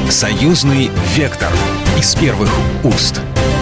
Союзный вектор из первых уст.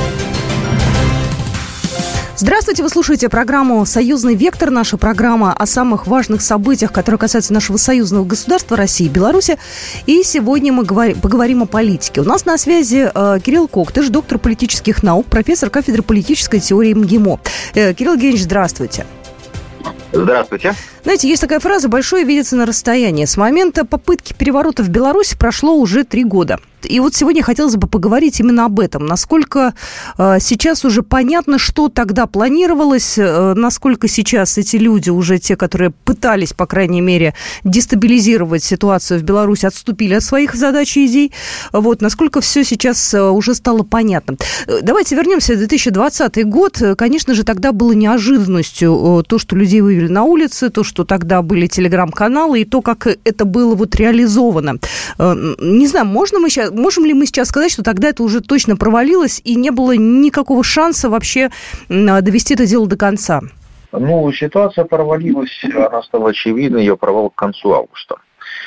Здравствуйте, вы слушаете программу «Союзный вектор». Наша программа о самых важных событиях, которые касаются нашего союзного государства России и Беларуси. И сегодня мы поговорим о политике. У нас на связи Кирилл Коктыш, доктор политических наук, профессор кафедры политической теории МГИМО. Кирилл Евгеньевич, здравствуйте. Здравствуйте. Знаете, есть такая фраза «большое видится на расстоянии». С момента попытки переворота в Беларуси прошло уже 3 года. И вот сегодня хотелось бы поговорить именно об этом. Насколько сейчас уже понятно, что тогда планировалось, насколько сейчас эти люди, уже те, которые пытались, по крайней мере, дестабилизировать ситуацию в Беларуси, отступили от своих задач и идей. Вот, насколько все сейчас уже стало понятно. Давайте вернемся в 2020 год. Конечно же, тогда было неожиданностью то, что людей вывели на улицы, то, что тогда были телеграм-каналы, и то, как это было вот реализовано. Не знаю, можем ли мы сейчас сказать, что тогда это уже точно провалилось и не было никакого шанса вообще довести это дело до конца? Ну, ситуация провалилась, она стала очевидной, ее провал к концу августа.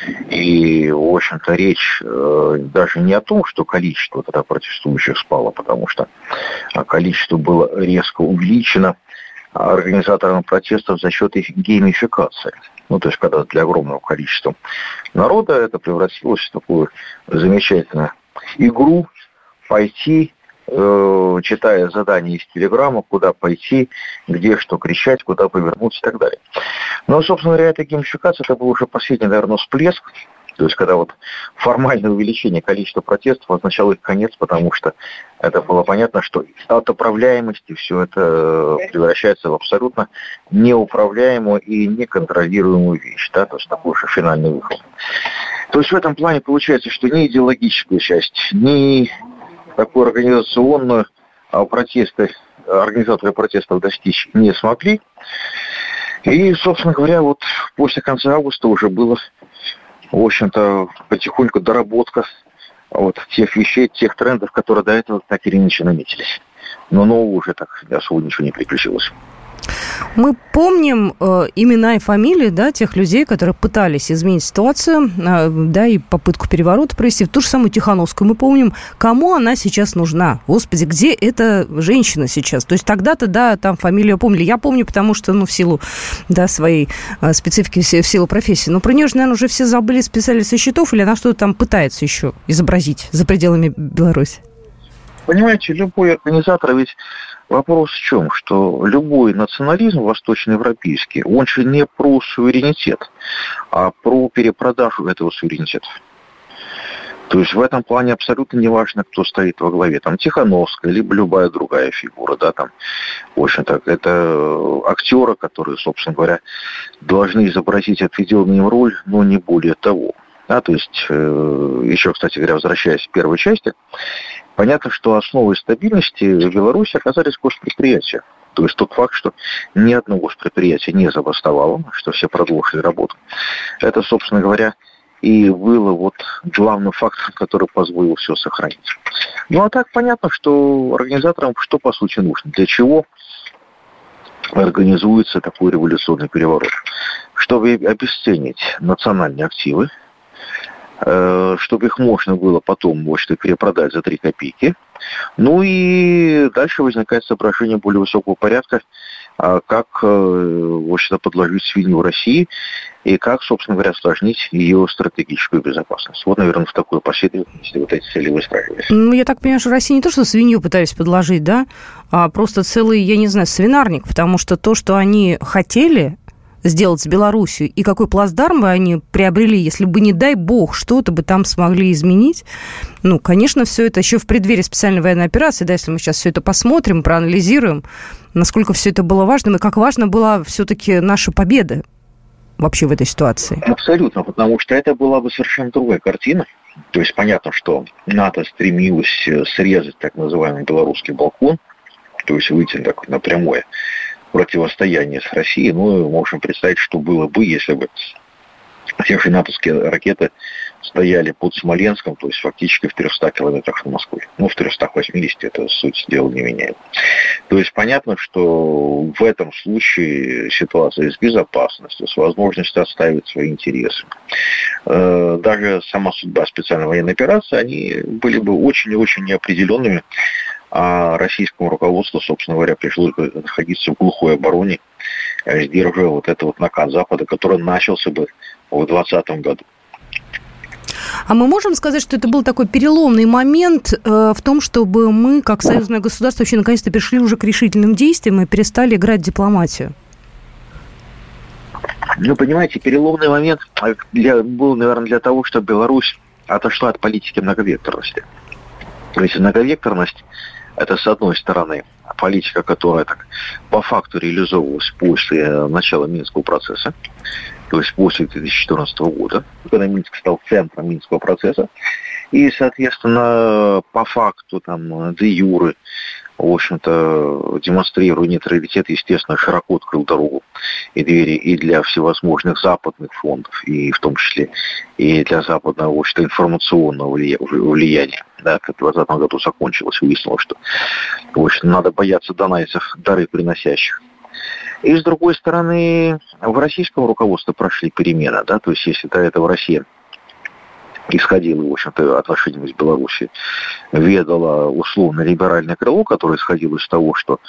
И, в общем-то, речь даже не о том, что количество тогда протестующих спало, потому что количество было резко увеличено организаторами протестов за счет их геймификации. Ну, то есть, когда для огромного количества народа это превратилось в такую замечательную игру, пойти, читая задания из телеграмма, куда пойти, где что кричать, куда повернуться и так далее. Но, собственно говоря, эта геймификация, это был уже последний, наверное, всплеск. То есть, когда вот формальное увеличение количества протестов означало их конец, потому что это было понятно, что от управляемости все это превращается в абсолютно неуправляемую и неконтролируемую вещь, да, то есть такой же финальный выход. То есть в этом плане получается, что ни идеологическую часть, ни такую организационную организаторы протестов достичь не смогли. И, собственно говоря, вот после конца августа уже было, в общем-то, потихоньку доработка вот тех вещей, тех трендов, которые до этого так или иначе наметились. Но нового уже так особо ничего не приключилось. Мы помним имена и фамилии, да, тех людей, которые пытались изменить ситуацию, да, и попытку переворота провести. Ту же самую Тихановскую мы помним. Кому она сейчас нужна? Господи, где эта женщина сейчас? То есть тогда-то, да, там фамилию помнили. Я помню, потому что, в силу, да, своей специфики, в силу профессии. Но про нее же, наверное, уже все забыли, списали со счетов, или она что-то там пытается еще изобразить за пределами Беларуси? Понимаете, любой организатор, ведь вопрос в чем? Что любой национализм восточноевропейский, он же не про суверенитет, а про перепродажу этого суверенитета. То есть в этом плане абсолютно не важно, кто стоит во главе. Там Тихановская, либо любая другая фигура, да, там, в общем-то, это актеры, которые, собственно говоря, должны изобразить отведенную им роль, но не более того. Да, то есть, еще, кстати говоря, возвращаясь к первой части, понятно, что основой стабильности в Беларуси оказались госпредприятия. То есть тот факт, что ни одно госпредприятие не забастовало, что все продолжили работу. Это, собственно говоря, и было вот главным фактором, который позволил все сохранить. Ну а так понятно, что организаторам что по сути нужно, для чего организуется такой революционный переворот. Чтобы обесценить национальные активы, чтобы их можно было потом, перепродать за 3 копейки. Ну и дальше возникает соображение более высокого порядка, как, в общем-то, подложить свинью России и как, собственно говоря, осложнить ее стратегическую безопасность. Вот, наверное, в такой последовательности вот эти цели выстраивались. Ну, я так понимаю, что Россия не то, что свинью пытались подложить, да, а просто целый, я не знаю, свинарник, потому что то, что они хотели сделать с Белоруссией, и какой плацдарм бы они приобрели, если бы, не дай бог, что-то бы там смогли изменить. Ну, конечно, все это еще в преддверии специальной военной операции, да, если мы сейчас все это посмотрим, проанализируем, насколько все это было важным, и как важна была все-таки наша победа вообще в этой ситуации. Абсолютно, потому что это была бы совершенно другая картина. То есть понятно, что НАТО стремилось срезать так называемый белорусский балкон, то есть выйти так на прямое противостояние с Россией. Ну, можем представить, что было бы, если бы те же натовские ракеты стояли под Смоленском, то есть фактически в 300 километрах от Москвы. В 380 это суть дела не меняет. То есть понятно, что в этом случае ситуация с безопасностью, с возможностью отстаивать свои интересы, даже сама судьба специальной военной операции, они были бы очень и очень неопределенными, а российскому руководству, собственно говоря, пришлось бы находиться в глухой обороне, сдерживая вот этот накат Запада, который начался бы в 2020 году. А мы можем сказать, что это был такой переломный момент в том, чтобы мы, как союзное государство, вообще наконец-то перешли уже к решительным действиям и перестали играть в дипломатию? Понимаете, переломный момент был, наверное, для того, чтобы Беларусь отошла от политики многовекторности. То есть многовекторность – это, с одной стороны, политика, которая так, по факту реализовывалась после начала Минского процесса, то есть после 2014 года, когда Минск стал центром Минского процесса, и, соответственно, по факту, де юре, в общем-то, демонстрируя нейтралитет, естественно, широко открыл дорогу и двери и для всевозможных западных фондов, и в том числе и для западного, в общем-то, информационного влияния. Да, как в 2020 году закончилось, выяснилось, что, в общем, надо бояться донайцев, дары приносящих. И, с другой стороны, в российском руководстве прошли перемены, да, то есть если до этого Россия исходила, в общем-то, отношениями с Беларусью, ведала условно-либеральное крыло, которое исходило из того, что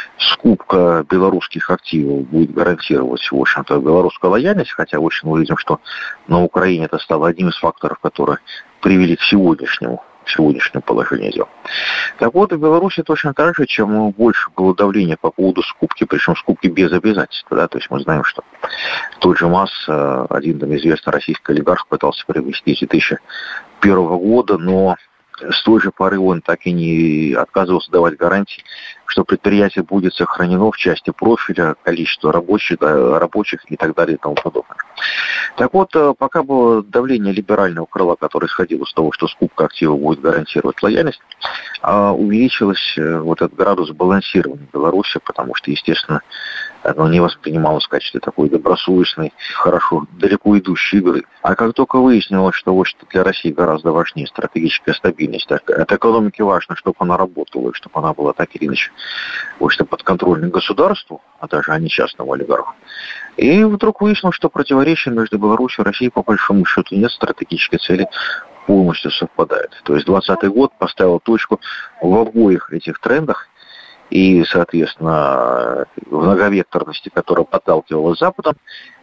скупка белорусских активов будет гарантировать, в общем-то, белорусскую лояльность, хотя, в общем, мы видим, что на Украине это стало одним из факторов, которые привели к сегодняшнему положению дел. Так вот, в Беларуси точно так же, чем больше было давления по поводу скупки, причем скупки без обязательств. Да? То есть мы знаем, что тот же МАЗ, один известный российский олигарх, пытался приобрести с 2001 года, но с той же поры он так и не отказывался давать гарантии, что предприятие будет сохранено в части профиля, количества рабочих и так далее и тому подобное. Так вот, пока было давление либерального крыла, которое исходило из того, что скупка активов будет гарантировать лояльность, увеличилось вот этот градус балансирования Беларуси, потому что, естественно, оно не воспринималось в качестве такой добросовестной, хорошо, далеко идущей игры. А как только выяснилось, что для России гораздо важнее стратегическая стабильность, от экономики важно, чтобы она работала, и чтобы она была так или иначе подконтрольной государству, а даже а не частному олигарху. И вдруг выяснилось, что противоречия между Беларусью и Россией по большому счету нет, стратегические цели полностью совпадают. То есть 2020 год поставил точку в обоих этих трендах, и, соответственно, в многовекторности, которая подталкивала Западом,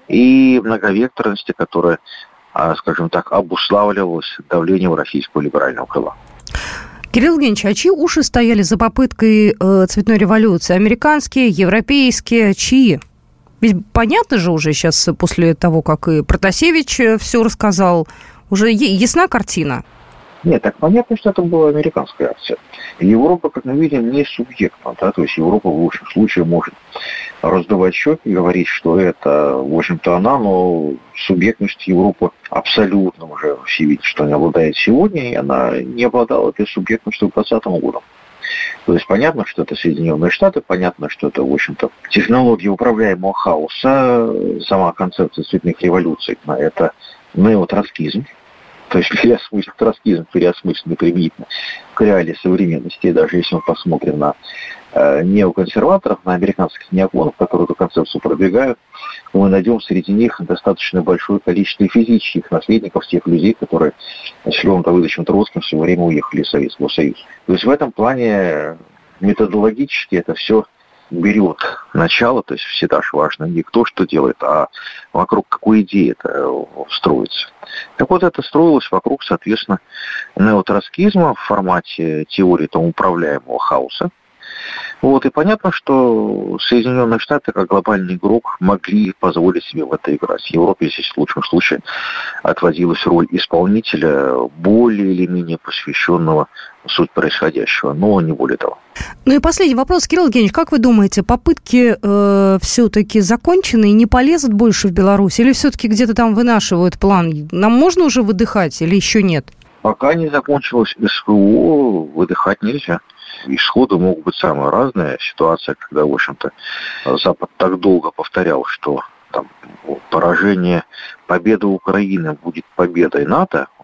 и многовекторности, которая, скажем так, обуславливалась давлением российского либерального крыла. Кирилл Евгеньевич, а чьи уши стояли за попыткой цветной революции? Американские, европейские, чьи? Ведь понятно же уже сейчас, после того, как и Протасевич все рассказал, уже ясна картина? Нет, так понятно, что это была американская акция. Европа, как мы видим, не субъектна, да, то есть Европа в лучшем случае может раздувать щеки и говорить, что это, в общем-то, она, но субъектность Европы абсолютно уже все видят, что она обладает сегодня, и она не обладала этой субъектностью в 2020 году. То есть понятно, что это Соединенные Штаты, понятно, что это, в общем-то, технология управляемого хаоса, сама концепция цветных революций, это неотроцкизм. То есть троцкизм переосмысленный применительно к реалии современности. И даже если мы посмотрим на неоконсерваторов, на американских неоконов, которые эту концепцию продвигают, мы найдем среди них достаточно большое количество физических наследников тех людей, которые с Львом Давыдовичем Троцким в свое время уехали из Советского Союза. То есть в этом плане методологически это все берет начало, то есть всегда же важно не кто что делает, а вокруг какой идеи это строится. Так вот, это строилось вокруг, соответственно, неотроцкизма в формате теории управляемого хаоса. Вот, и понятно, что Соединенные Штаты, как глобальный игрок, могли позволить себе в это играть. Европе здесь в лучшем случае отводилась роль исполнителя, более или менее посвященного суть происходящего, но не более того. Ну и последний вопрос, Кирилл Евгеньевич, как вы думаете, попытки все-таки закончены и не полезут больше в Беларусь, или все-таки где-то там вынашивают план? Нам можно уже выдыхать или еще нет? Пока не закончилось СВО, выдыхать нельзя. Исходы могут быть самые разные. Ситуация, когда, в общем-то, Запад так долго повторял, что там победа Украины будет победой НАТО,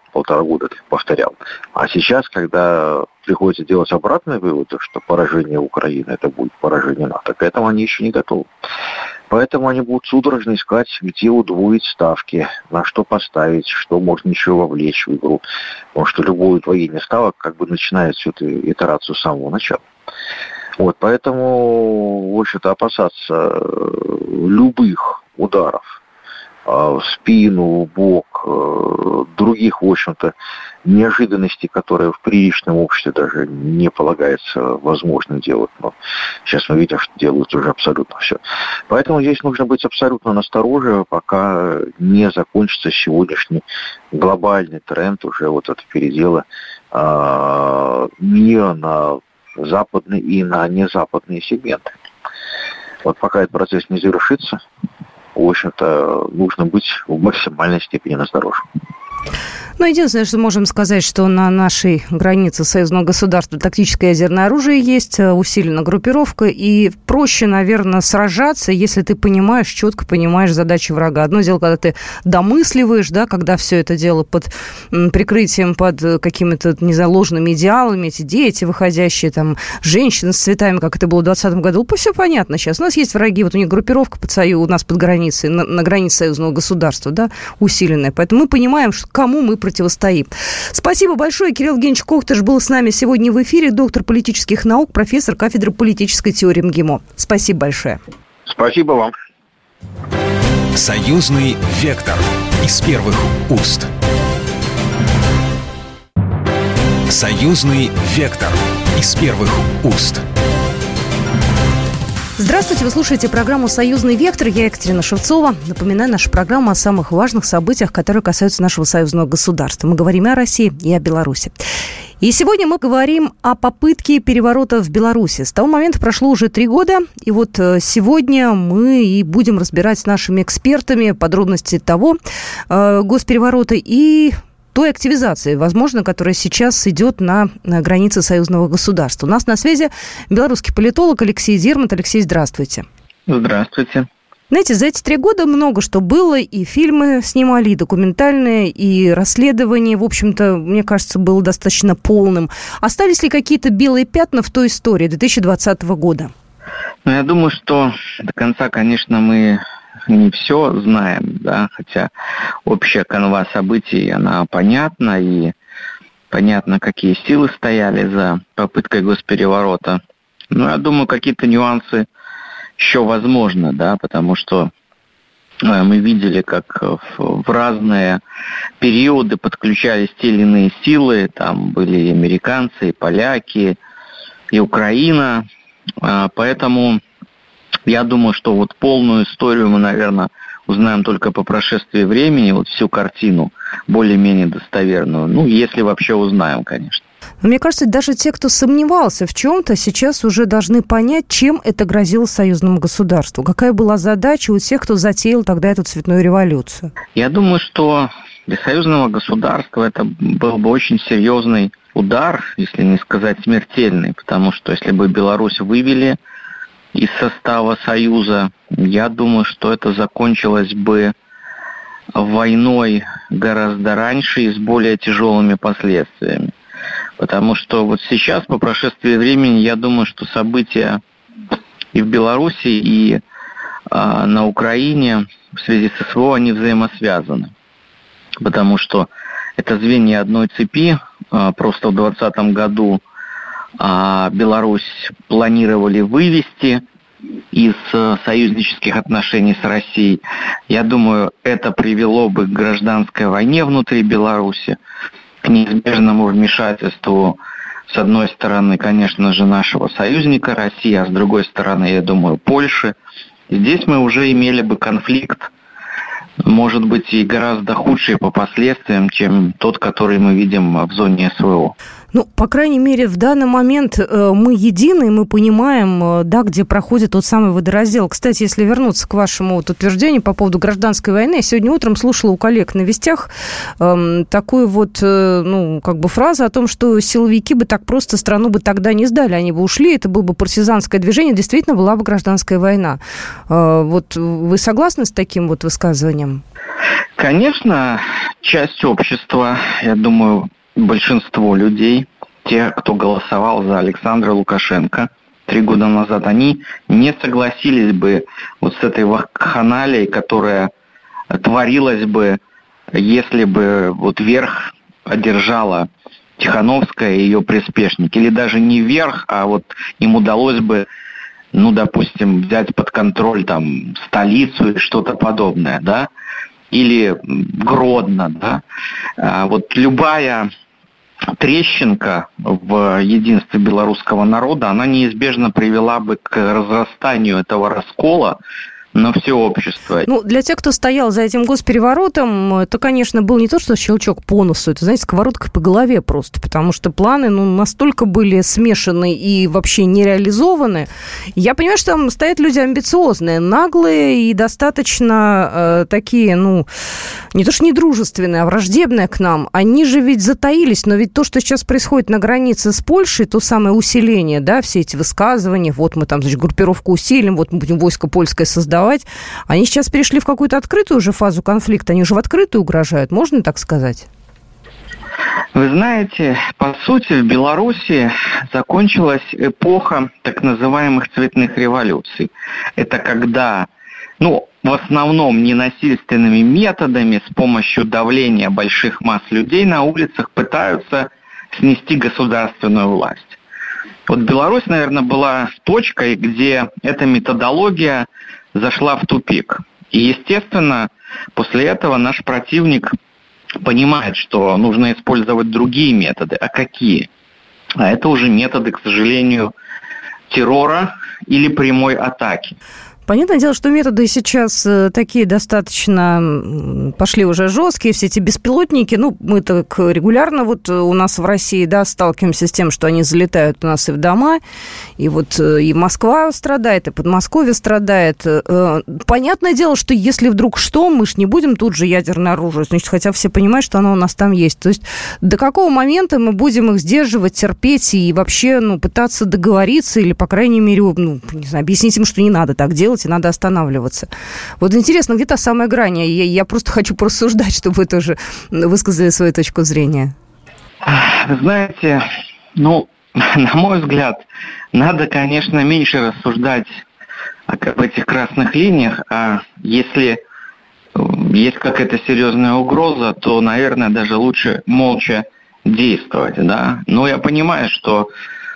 полтора года это повторял. А сейчас, когда приходится делать обратные выводы, что поражение Украины это будет поражение НАТО, к этому они еще не готовы. Поэтому они будут судорожно искать, где удвоить ставки, на что поставить, что можно еще вовлечь в игру. Потому что любое удвоение ставок как бы начинает всю эту итерацию с самого начала. Вот, поэтому, в общем-то, опасаться любых ударов в спину, в бок, других, в общем-то, неожиданностей, которые в приличном обществе даже не полагается возможным делать. Но сейчас мы видим, что делают уже абсолютно все. Поэтому здесь нужно быть абсолютно настороже, пока не закончится сегодняшний глобальный тренд уже вот это передела мира на западные и на незападные сегменты. Вот пока этот процесс не завершится, в общем-то, нужно быть в максимальной степени насторожен. Ну, единственное, что можем сказать, что на нашей границе союзного государства тактическое ядерное оружие есть, усилена группировка, и проще, наверное, сражаться, если ты понимаешь, четко понимаешь задачи врага. Одно дело, когда ты домысливаешь, да, когда все это дело под прикрытием, под какими-то, не знаю, ложными идеалами, эти дети выходящие, там, женщины с цветами, как это было в 2020 году, все понятно сейчас. У нас есть враги, вот у них группировка у нас под границей, на границе союзного государства, да, усиленная, поэтому мы понимаем, кому мы противостоим. Спасибо большое. Кирилл Евгеньевич Кохтыш был с нами сегодня в эфире, доктор политических наук, профессор кафедры политической теории МГИМО. Спасибо большое. Спасибо вам. Союзный вектор из первых уст. Союзный вектор из первых уст. Здравствуйте, вы слушаете программу «Союзный вектор». Я Екатерина Шевцова. Напоминаю, наша программа о самых важных событиях, которые касаются нашего союзного государства. Мы говорим и о России, и о Беларуси. И сегодня мы говорим о попытке переворота в Беларуси. С того момента прошло уже 3 года. И вот сегодня мы и будем разбирать с нашими экспертами подробности того госпереворота и той активизации, возможно, которая сейчас идет на границе союзного государства. У нас на связи белорусский политолог Алексей Дермат. Алексей, здравствуйте. Здравствуйте. Знаете, за эти 3 года много что было, и фильмы снимали, и документальные, и расследования, в общем-то, мне кажется, было достаточно полным. Остались ли какие-то белые пятна в той истории 2020 года? Ну, я думаю, что до конца, конечно, мы не все знаем, да, хотя общая канва событий, она понятна, и понятно, какие силы стояли за попыткой госпереворота. Но я думаю, какие-то нюансы еще возможно, да, потому что мы видели, как в разные периоды подключались те или иные силы, там были и американцы, и поляки, и Украина, поэтому я думаю, что вот полную историю мы, наверное, узнаем только по прошествии времени, вот всю картину более-менее достоверную, ну, если вообще узнаем, конечно. Но мне кажется, даже те, кто сомневался в чем-то, сейчас уже должны понять, чем это грозило союзному государству. Какая была задача у тех, кто затеял тогда эту цветную революцию? Я думаю, что для союзного государства это был бы очень серьезный удар, если не сказать смертельный, потому что если бы Беларусь вывели из состава Союза, я думаю, что это закончилось бы войной гораздо раньше и с более тяжелыми последствиями. Потому что вот сейчас, по прошествии времени, я думаю, что события и в Беларуси, и на Украине в связи с СВО, они взаимосвязаны. Потому что это звенья одной цепи. Просто в 2020 году Беларусь планировали вывести из союзнических отношений с Россией. Я думаю, это привело бы к гражданской войне внутри Беларуси, к неизбежному вмешательству, с одной стороны, конечно же, нашего союзника России, а с другой стороны, я думаю, Польши. Здесь мы уже имели бы конфликт, может быть, и гораздо худший по последствиям, чем тот, который мы видим в зоне СВО. Ну, по крайней мере, в данный момент мы едины, мы понимаем, да, где проходит тот самый водораздел. Кстати, если вернуться к вашему вот утверждению по поводу гражданской войны, я сегодня утром слушала у коллег на Вестях такую вот, ну, как бы фразу о том, что силовики бы так просто страну бы тогда не сдали, они бы ушли, это было бы партизанское движение, действительно была бы гражданская война. Вот вы согласны с таким вот высказыванием? Конечно, часть общества, я думаю, большинство людей, те, кто голосовал за Александра Лукашенко 3 года назад, они не согласились бы вот с этой вакханалией, которая творилась бы, если бы вот верх одержала Тихановская и ее приспешники. Или даже не верх, а вот им удалось бы, допустим, взять под контроль там столицу или что-то подобное, да, или Гродно, да. Вот любая трещинка в единстве белорусского народа, она неизбежно привела бы к разрастанию этого раскола на все общество. Для тех, кто стоял за этим госпереворотом, это, конечно, был не то, что щелчок по носу, это, знаете, сковородкой по голове просто, потому что планы, настолько были смешаны и вообще нереализованы. Я понимаю, что там стоят люди амбициозные, наглые и достаточно такие, не то что недружественные, а враждебные к нам. Они же ведь затаились, но ведь то, что сейчас происходит на границе с Польшей, то самое усиление, да, все эти высказывания, вот мы там, группировку усилим, вот мы будем войско польское создавать. Они сейчас перешли в какую-то открытую уже фазу конфликта, они уже в открытую угрожают, можно так сказать? Вы знаете, по сути, в Беларуси закончилась эпоха так называемых цветных революций. Это когда, в основном ненасильственными методами, с помощью давления больших масс людей на улицах пытаются снести государственную власть. Вот Беларусь, наверное, была точкой, где эта методология зашла в тупик. И, естественно, после этого наш противник понимает, что нужно использовать другие методы. А какие? А это уже методы, к сожалению, террора или прямой атаки. Понятное дело, что методы сейчас такие достаточно пошли уже жесткие, все эти беспилотники, мы так регулярно у нас в России, да, сталкиваемся с тем, что они залетают у нас и в дома, и и Москва страдает, и Подмосковье страдает. Понятное дело, что если вдруг что, мы ж не будем тут же ядерное оружие, значит, хотя все понимают, что оно у нас там есть. То есть до какого момента мы будем их сдерживать, терпеть и вообще, пытаться договориться или, по крайней мере, объяснить им, что не надо так делать, и надо останавливаться. Вот интересно, где та самая грань? Я просто хочу порассуждать, чтобы вы тоже высказали свою точку зрения. Вы знаете, на мой взгляд, надо, конечно, меньше рассуждать об этих красных линиях, а если есть какая-то серьезная угроза, то, наверное, даже лучше молча действовать, да. Но я понимаю, что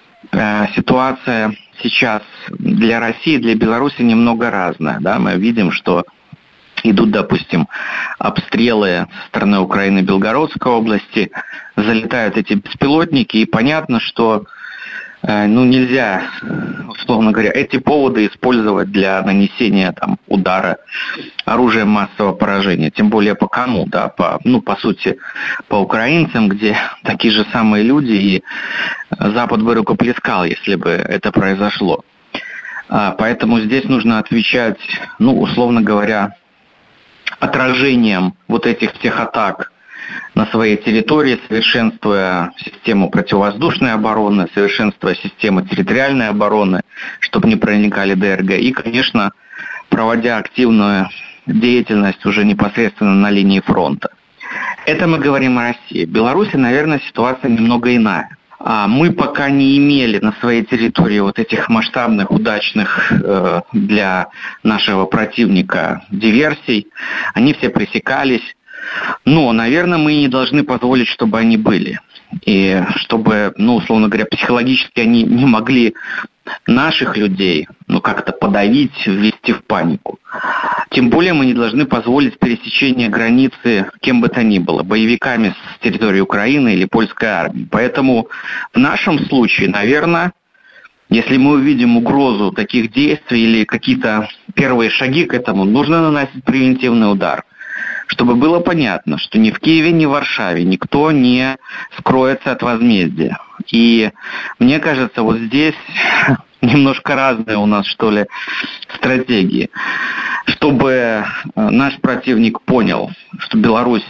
ситуация сейчас для России, для Беларуси немного разная. Да? Мы видим, что идут, допустим, обстрелы со стороны Украины, Белгородской области, залетают эти беспилотники, и понятно, что нельзя, условно говоря, эти поводы использовать для нанесения удара оружием массового поражения. Тем более по кому, да, по сути, по украинцам, где такие же самые люди, и Запад бы рукоплескал, если бы это произошло. Поэтому здесь нужно отвечать, условно говоря, отражением вот этих всех атак на своей территории, совершенствуя систему противовоздушной обороны, совершенствуя систему территориальной обороны, чтобы не проникали ДРГ, и, конечно, проводя активную деятельность уже непосредственно на линии фронта. Это мы говорим о России. В Беларуси, наверное, ситуация немного иная. Мы пока не имели на своей территории вот этих масштабных, удачных для нашего противника диверсий. Они все пресекались. Но, наверное, мы не должны позволить, чтобы они были. И чтобы, условно говоря, психологически они не могли наших людей, как-то подавить, ввести в панику. Тем более мы не должны позволить пересечение границы кем бы то ни было, боевиками с территории Украины или польской армии. Поэтому в нашем случае, наверное, если мы увидим угрозу таких действий или какие-то первые шаги к этому, нужно наносить превентивный удар. Чтобы было понятно, что ни в Киеве, ни в Варшаве никто не скроется от возмездия. И мне кажется, вот здесь немножко разные у нас, что ли, стратегии. Чтобы наш противник понял, что Беларусь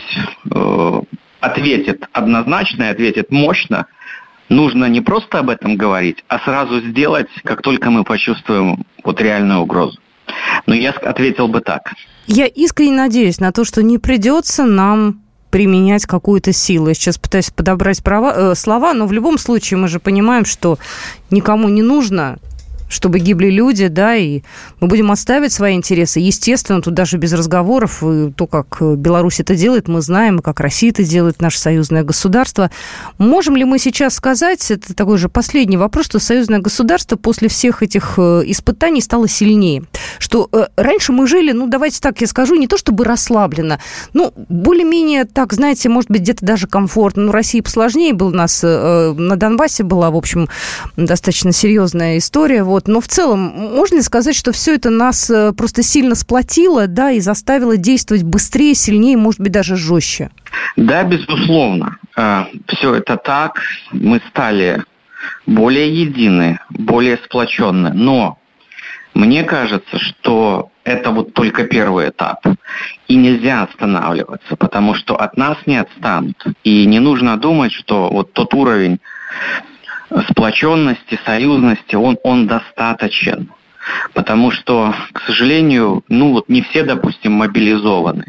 ответит однозначно и ответит мощно, нужно не просто об этом говорить, а сразу сделать, как только мы почувствуем реальную угрозу. Но я ответил бы так. Я искренне надеюсь на то, что не придется нам применять какую-то силу. Я сейчас пытаюсь подобрать слова, но в любом случае мы же понимаем, что никому не нужно, чтобы гибли люди, да, и мы будем отстаивать свои интересы. Естественно, тут даже без разговоров, и то, как Беларусь это делает, мы знаем, и как Россия это делает, наше союзное государство. Можем ли мы сейчас сказать, это такой же последний вопрос, что союзное государство после всех этих испытаний стало сильнее? Что раньше мы жили, давайте так я скажу, не то чтобы расслабленно, более-менее так, знаете, может быть, где-то даже комфортно. Россия посложнее была у нас, на Донбассе была, в общем, достаточно серьезная история, но в целом, можно ли сказать, что все это нас просто сильно сплотило, да, и заставило действовать быстрее, сильнее, может быть, даже жестче? Да, безусловно. Все это так. Мы стали более едины, более сплоченны. Но мне кажется, что это вот только первый этап. И нельзя останавливаться, потому что от нас не отстанут. И не нужно думать, что вот тот уровень сплоченности, союзности, он достаточен. Потому что, к сожалению, не все, допустим, мобилизованы.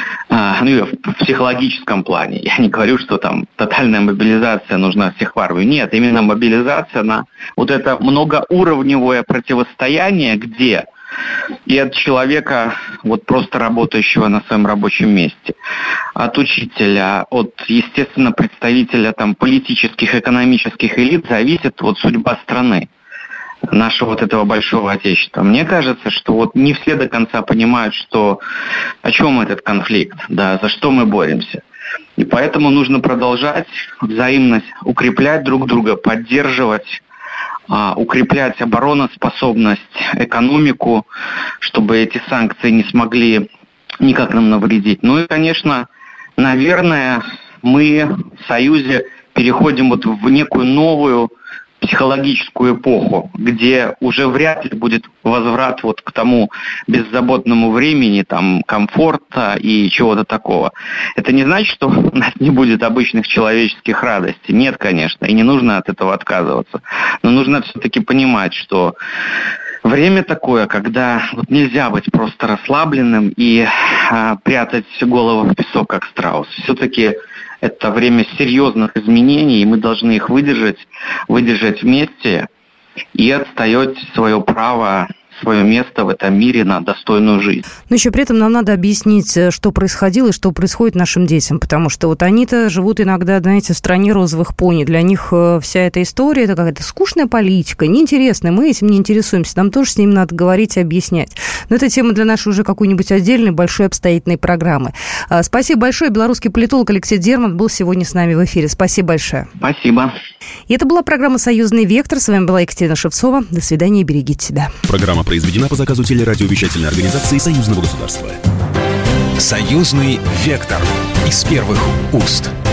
В психологическом плане. Я не говорю, что там тотальная мобилизация нужна всех в армию. Нет, именно мобилизация на вот это многоуровневое противостояние, где и от человека, вот просто работающего на своем рабочем месте, от учителя, от, естественно, представителя там политических, экономических элит зависит вот судьба страны, нашего вот этого большого отечества. Мне кажется, что вот не все до конца понимают, что о чем этот конфликт, да, за что мы боремся. И поэтому нужно продолжать взаимность, укреплять друг друга, поддерживать, укреплять обороноспособность, экономику, чтобы эти санкции не смогли никак нам навредить. И, конечно, наверное, мы в Союзе переходим вот в некую новую психологическую эпоху, где уже вряд ли будет возврат вот к тому беззаботному времени, там, комфорта и чего-то такого. Это не значит, что у нас не будет обычных человеческих радостей. Нет, конечно, и не нужно от этого отказываться. Но нужно все-таки понимать, что время такое, когда вот нельзя быть просто расслабленным и прятать голову в песок, как страус. Все-таки это время серьезных изменений, и мы должны их выдержать вместе и отстоять свое право, свое место в этом мире на достойную жизнь. Но еще при этом нам надо объяснить, что происходило и что происходит нашим детям, потому что вот они-то живут иногда, знаете, в стране розовых пони. Для них вся эта история – это какая-то скучная политика, неинтересная. Мы этим не интересуемся, нам тоже с ними надо говорить и объяснять. Но это тема для нашей уже какой-нибудь отдельной, большой обстоятельной программы. Спасибо большое. Белорусский политолог Алексей Дерман был сегодня с нами в эфире. Спасибо большое. Спасибо. И это была программа «Союзный вектор». С вами была Екатерина Шевцова. До свидания и берегите себя. Программа произведена по заказу телерадиовещательной организации Союзного государства. Союзный вектор из первых уст.